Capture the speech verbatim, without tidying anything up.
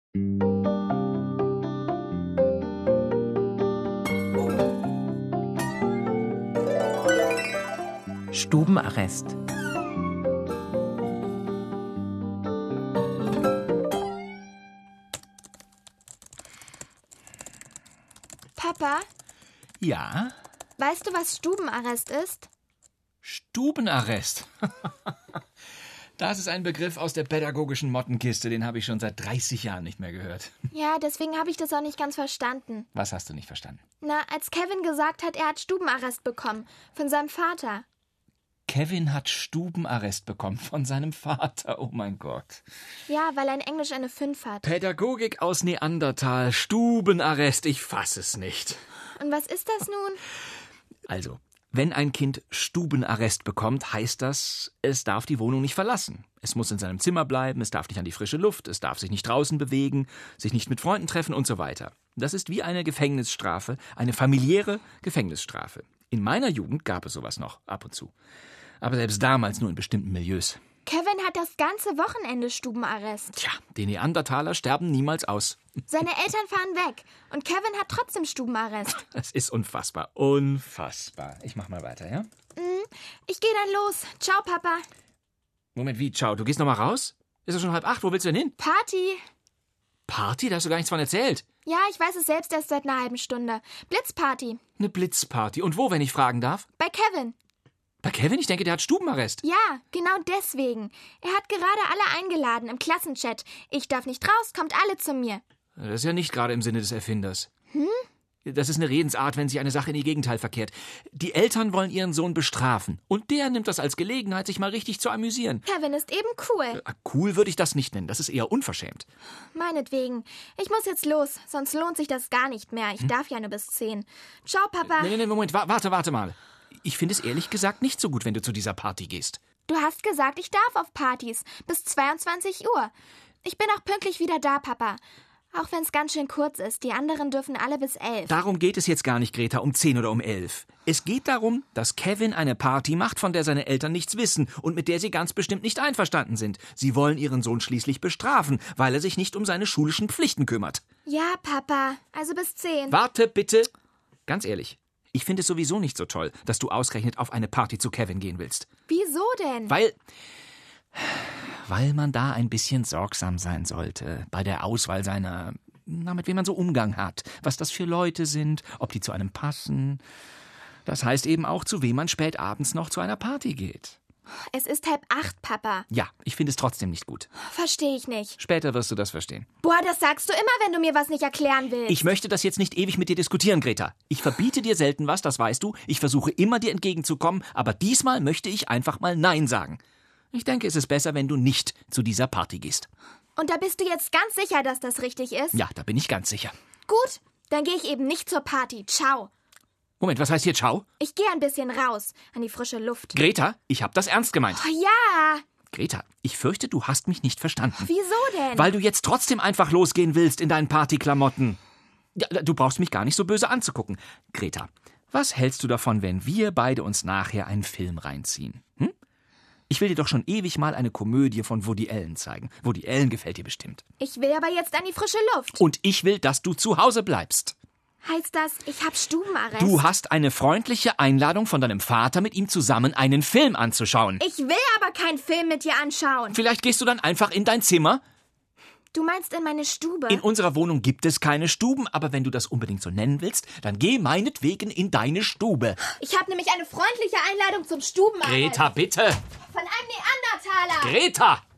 Stubenarrest. Papa? Ja? Weißt du, was Stubenarrest ist? Stubenarrest? Das ist ein Begriff aus der pädagogischen Mottenkiste, den habe ich schon seit dreißig Jahren nicht mehr gehört. Ja, deswegen habe ich das auch nicht ganz verstanden. Was hast du nicht verstanden? Na, als Kevin gesagt hat, er hat Stubenarrest bekommen von seinem Vater. Kevin hat Stubenarrest bekommen von seinem Vater. Oh mein Gott. Ja, weil er in Englisch eine fünf hat. Pädagogik aus Neandertal, Stubenarrest, ich fass es nicht. Und was ist das nun? Also, wenn ein Kind Stubenarrest bekommt, heißt das, es darf die Wohnung nicht verlassen. Es muss in seinem Zimmer bleiben, es darf nicht an die frische Luft, es darf sich nicht draußen bewegen, sich nicht mit Freunden treffen und so weiter. Das ist wie eine Gefängnisstrafe, eine familiäre Gefängnisstrafe. In meiner Jugend gab es sowas noch, ab und zu. Aber selbst damals nur in bestimmten Milieus. Kevin hat das ganze Wochenende Stubenarrest. Tja, die Neandertaler sterben niemals aus. Seine Eltern fahren weg und Kevin hat trotzdem Stubenarrest. Das ist unfassbar, unfassbar. Ich mach mal weiter, ja? Mhm. Ich gehe dann los. Ciao, Papa. Moment, wie, ciao, du gehst noch mal raus? Ist es schon halb acht, wo willst du denn hin? Party. Party? Da hast du gar nichts von erzählt. Ja, ich weiß es selbst erst seit einer halben Stunde. Blitzparty. Eine Blitzparty. Und wo, wenn ich fragen darf? Bei Kevin. Bei Kevin? Ich denke, der hat Stubenarrest. Ja, genau deswegen. Er hat gerade alle eingeladen im Klassenchat. Ich darf nicht raus, kommt alle zu mir. Das ist ja nicht gerade im Sinne des Erfinders. Hm? Das ist eine Redensart, wenn sich eine Sache in ihr Gegenteil verkehrt. Die Eltern wollen ihren Sohn bestrafen. Und der nimmt das als Gelegenheit, sich mal richtig zu amüsieren. Kevin ist eben cool. Äh, cool würde ich das nicht nennen. Das ist eher unverschämt. Meinetwegen. Ich muss jetzt los, sonst lohnt sich das gar nicht mehr. Ich hm? darf ja nur bis zehn. Ciao, Papa. Nee, nee, nee, Moment. Warte, warte mal. Ich finde es ehrlich gesagt nicht so gut, wenn du zu dieser Party gehst. Du hast gesagt, ich darf auf Partys. Bis zweiundzwanzig Uhr. Ich bin auch pünktlich wieder da, Papa. Auch wenn es ganz schön kurz ist. Die anderen dürfen alle bis elf. Darum geht es jetzt gar nicht, Greta, um zehn oder um elf. Es geht darum, dass Kevin eine Party macht, von der seine Eltern nichts wissen und mit der sie ganz bestimmt nicht einverstanden sind. Sie wollen ihren Sohn schließlich bestrafen, weil er sich nicht um seine schulischen Pflichten kümmert. Ja, Papa. Also bis zehn. Warte, bitte. Ganz ehrlich. Ich finde es sowieso nicht so toll, dass du ausgerechnet auf eine Party zu Kevin gehen willst. Wieso denn? Weil... Weil man da ein bisschen sorgsam sein sollte. Bei der Auswahl seiner... Na, mit wem man so Umgang hat. Was das für Leute sind, ob die zu einem passen. Das heißt eben auch, zu wem man spät abends noch zu einer Party geht. Es ist halb acht, Papa. Ja, ich finde es trotzdem nicht gut. Verstehe ich nicht. Später wirst du das verstehen. Boah, das sagst du immer, wenn du mir was nicht erklären willst. Ich möchte das jetzt nicht ewig mit dir diskutieren, Greta. Ich verbiete dir selten was, das weißt du. Ich versuche immer, dir entgegenzukommen, aber diesmal möchte ich einfach mal Nein sagen. Ich denke, es ist besser, wenn du nicht zu dieser Party gehst. Und da bist du jetzt ganz sicher, dass das richtig ist? Ja, da bin ich ganz sicher. Gut, dann gehe ich eben nicht zur Party. Ciao. Moment, was heißt hier ciao? Ich gehe ein bisschen raus, an die frische Luft. Greta, ich habe das ernst gemeint. Oh ja. Greta, ich fürchte, du hast mich nicht verstanden. Wieso denn? Weil du jetzt trotzdem einfach losgehen willst in deinen Partyklamotten. Ja, du brauchst mich gar nicht so böse anzugucken. Greta, was hältst du davon, wenn wir beide uns nachher einen Film reinziehen? Hm? Ich will dir doch schon ewig mal eine Komödie von Woody Allen zeigen. Woody Allen gefällt dir bestimmt. Ich will aber jetzt an die frische Luft. Und ich will, dass du zu Hause bleibst. Heißt das, ich hab Stubenarrest? Du hast eine freundliche Einladung von deinem Vater, mit ihm zusammen einen Film anzuschauen. Ich will aber keinen Film mit dir anschauen. Vielleicht gehst du dann einfach in dein Zimmer? Du meinst in meine Stube? In unserer Wohnung gibt es keine Stuben, aber wenn du das unbedingt so nennen willst, dann geh meinetwegen in deine Stube. Ich habe nämlich eine freundliche Einladung zum Stubenarrest. Greta, bitte! Von einem Neandertaler. Greta!